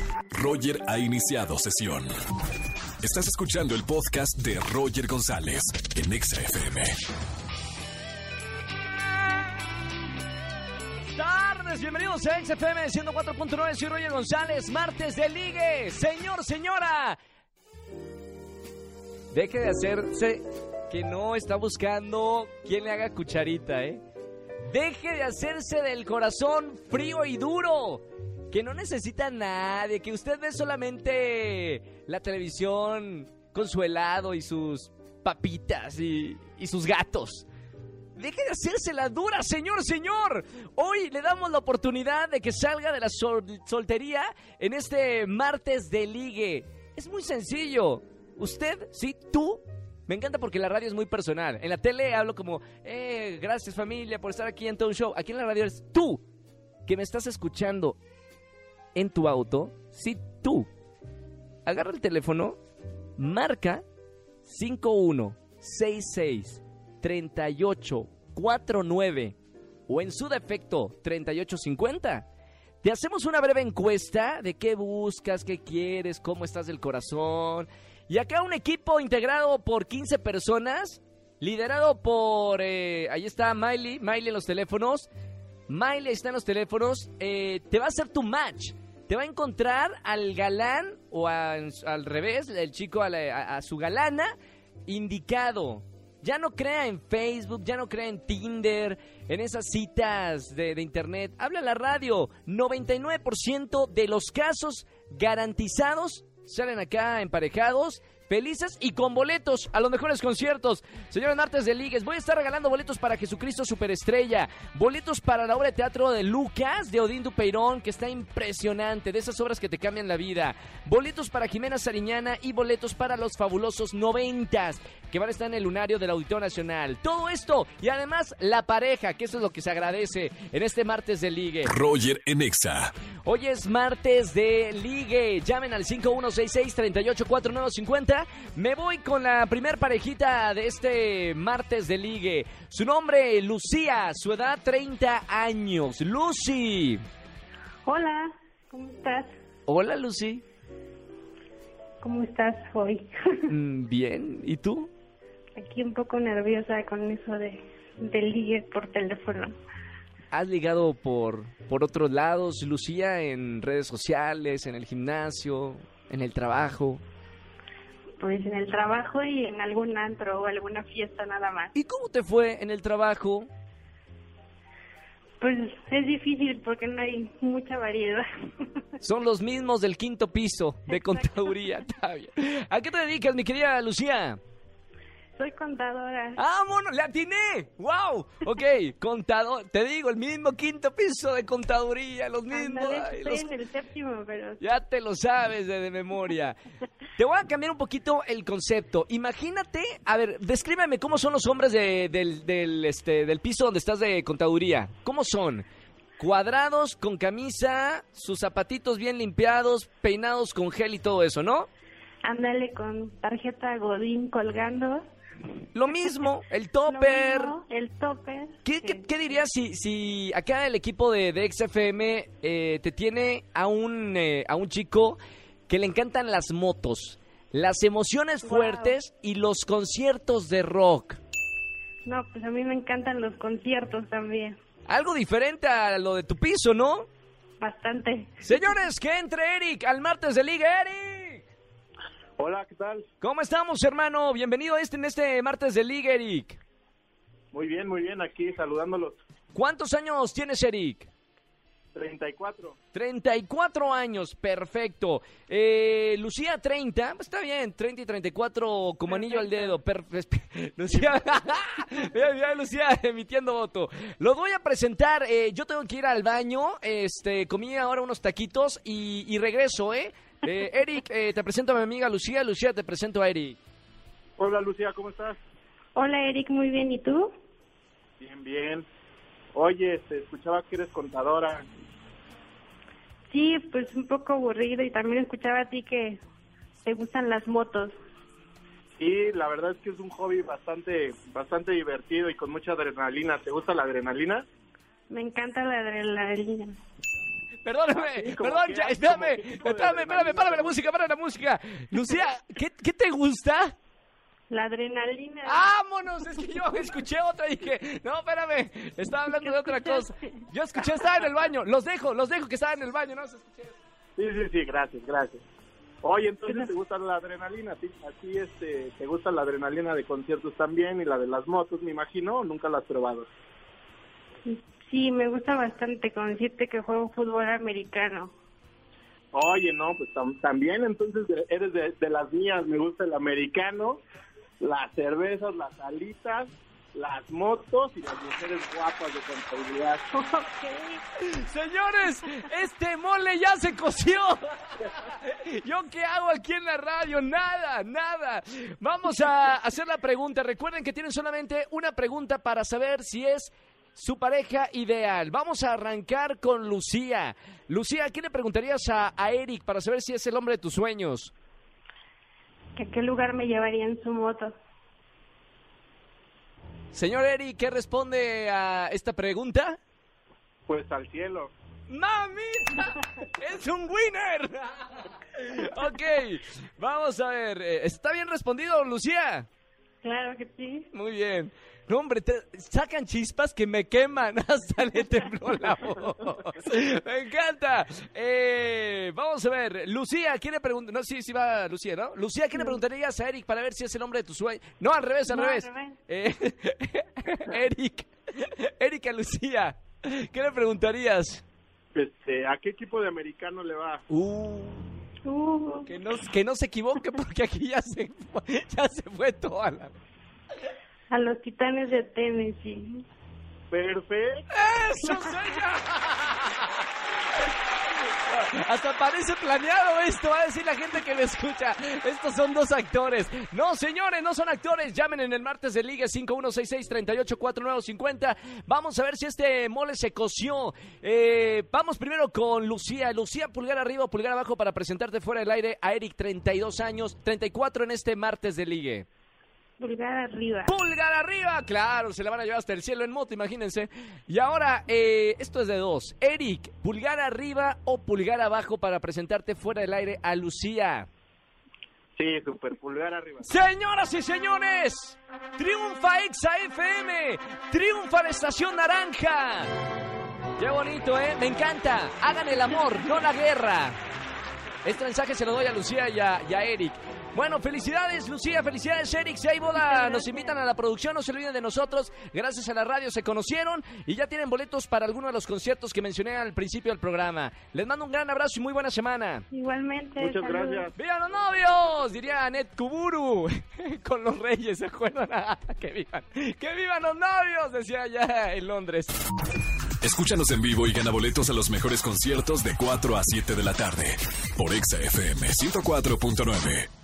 Roger ha iniciado sesión. Estás escuchando el podcast de Roger González en Exa FM. Tardes, bienvenidos a Exa FM 104.9, soy Roger González, martes de ligue. Señor, señora, deje de hacerse que no está buscando quien le haga cucharita, Deje de hacerse del corazón frío y duro, que no necesita a nadie, que usted ve solamente la televisión con su helado y sus papitas y sus gatos. Deje de hacerse la dura, señor. Hoy le damos la oportunidad de que salga de la soltería en este martes de ligue. Es muy sencillo. Usted, sí, tú. Me encanta porque la radio es muy personal. En la tele hablo como, gracias familia por estar aquí en todo un show. Aquí en la radio es tú, que me estás escuchando en tu auto. Sí, tú. Agarra el teléfono, marca 5166-3849 o en su defecto 3850. Te hacemos una breve encuesta de qué buscas, qué quieres, cómo estás del corazón. Y acá un equipo integrado por 15 personas, liderado por, ahí está Miley en los teléfonos. Miley está en los teléfonos, te va a hacer tu match. Te va a encontrar al galán o al revés, el chico a su galana indicado. Ya no crea en Facebook, ya no crea en Tinder, en esas citas de internet. Habla a la radio. 99% de los casos garantizados salen acá emparejados, felices y con boletos a los mejores conciertos. Señores, martes de ligues, voy a estar regalando boletos para Jesucristo Superestrella, boletos para la obra de teatro de Lucas, de Odín Dupeirón, que está impresionante, de esas obras que te cambian la vida, boletos para Jimena Sariñana y boletos para los fabulosos 90s, que van a estar en el lunario del Auditorio Nacional. Todo esto y además la pareja, que eso es lo que se agradece en este martes de ligue. Roger en Exa. Hoy es martes de ligue. Llamen al 5166-384950. Me voy con la primer parejita de este martes de ligue. Su nombre, Lucía. Su edad, 30 años. Lucy. Hola, ¿cómo estás? Hola, Lucy. ¿Cómo estás hoy? Bien, ¿y tú? Aquí un poco nerviosa con eso de ligue por teléfono. ¿Has ligado por otros lados, Lucía, en redes sociales, en el gimnasio, en el trabajo? Pues en el trabajo y en algún antro o alguna fiesta nada más. ¿Y cómo te fue en el trabajo? Pues es difícil porque no hay mucha variedad. Son los mismos del quinto piso de contaduría. Está bien. ¿A qué te dedicas, mi querida Lucía? Soy contadora. ¡Ah, mono! ¡Le atiné! ¡Wow! Ok, contador. Te digo, el mismo quinto piso de contaduría, los mismos. Andale, estoy en el séptimo, pero... Ya te lo sabes de memoria. Te voy a cambiar un poquito el concepto. Imagínate, a ver, descríbeme cómo son los hombres del piso donde estás de contaduría. ¿Cómo son? Cuadrados, con camisa, sus zapatitos bien limpiados, peinados con gel y todo eso, ¿no? Ándale, con tarjeta Godín colgando. Lo mismo, el topper. El topper. ¿Qué dirías si acá el equipo de XFM te tiene a un chico que le encantan las motos, las emociones fuertes y los conciertos de rock? No, pues a mí me encantan los conciertos también. Algo diferente a lo de tu piso, ¿no? Bastante. Señores, que entre Eric al martes de liga. ¡Eric! Hola, ¿qué tal? ¿Cómo estamos, hermano? Bienvenido en este martes de liga, Eric. Muy bien, aquí saludándolos. ¿Cuántos años tienes, Eric? 34. 34 años, perfecto. Lucía, 30, está bien, 30 y 34 como anillo al dedo. Lucía, mira, Lucía emitiendo voto. Lo voy a presentar, yo tengo que ir al baño, comí ahora unos taquitos y regreso, Eric, te presento a mi amiga Lucía. Lucía, te presento a Eric. Hola, Lucía, ¿cómo estás? Hola, Eric, muy bien, ¿y tú? Bien. Oye, escuchaba que eres contadora. Sí, pues un poco aburrido y también escuchaba a ti que te gustan las motos. Sí, la verdad es que es un hobby bastante divertido y con mucha adrenalina. ¿Te gusta la adrenalina? Me encanta la adrenalina. Perdóname, Sí, como perdón, que ya, hay, espérame, como qué tipo de espérame, adrenalina párame la te música, párame la música. Lucía, ¿qué te gusta? La adrenalina. ¡Vámonos! Es que yo escuché otra y dije, no, espérame, estaba hablando de otra cosa. Yo escuché, estaba en el baño, los dejo que estaba en el baño, no se escuché. Sí, gracias. Oye, entonces te gusta la adrenalina, ¿sí? Así te gusta la adrenalina de conciertos también y la de las motos, me imagino, ¿o nunca la has probado? Sí, me gusta bastante con decirte que juego fútbol americano. Oye, no, pues también entonces eres de las mías, me gusta el americano, las cervezas, las alitas, las motos y las mujeres guapas de contabilidad. Señores, este mole ya se coció. ¿Yo qué hago aquí en la radio? Nada. Vamos a hacer la pregunta. Recuerden que tienen solamente una pregunta para saber si es su pareja ideal. Vamos a arrancar con Lucía. Lucía, ¿qué le preguntarías a Eric para saber si es el hombre de tus sueños? ¿A qué lugar me llevaría en su moto? Señor Eric, ¿qué responde a esta pregunta? Pues al cielo. ¡Mamita! ¡Es un winner! Ok, vamos a ver. ¿Está bien respondido, Lucía? Claro que sí. Muy bien. No, hombre, te sacan chispas que me queman. Hasta le tembló la voz. Me encanta. Vamos a ver. Lucía, ¿quién le pregunta? No, sí va Lucía, ¿no? Lucía, ¿qué le preguntarías a Eric para ver si es el hombre de tu sueño? No, al revés. Eric a Lucía, ¿qué le preguntarías? ¿A qué equipo de americano le va? Que no se equivoque porque aquí ya se fue toda la... A los Titanes de Tennessee. Perfecto. ¡Eso, señor! Hasta parece planeado esto, va a decir la gente que me escucha. Estos son dos actores. No, señores, no son actores. Llamen en el martes de Liga 5166-384950. Vamos a ver si este mole se coció. Vamos primero con Lucía. Lucía, pulgar arriba o pulgar abajo para presentarte fuera del aire a Eric, 32 años, 34 en este martes de Ligue. Pulgar arriba. ¡Pulgar arriba! Claro, se la van a llevar hasta el cielo en moto, imagínense. Y ahora, esto es de dos. Eric, ¿pulgar arriba o pulgar abajo para presentarte fuera del aire a Lucía? Sí, super pulgar arriba. Señoras y señores, triunfa Exa FM, triunfa la Estación Naranja. Qué bonito, ¿eh? Me encanta. Hagan el amor, no la guerra. Este mensaje se lo doy a Lucía y a Eric. Bueno, felicidades Lucía, felicidades Eric, si hay boda nos invitan a la producción, no se olviden de nosotros, gracias a la radio se conocieron y ya tienen boletos para alguno de los conciertos que mencioné al principio del programa. Les mando un gran abrazo y muy buena semana. Igualmente. Muchas saludos. gracias. ¡Vivan los novios! Diría Anet Kuburu, con los reyes, ¿se acuerdan? ¡Que vivan los novios! Decía allá en Londres. Escúchanos en vivo y gana boletos a los mejores conciertos de 4 a 7 de la tarde por Exa FM 104.9.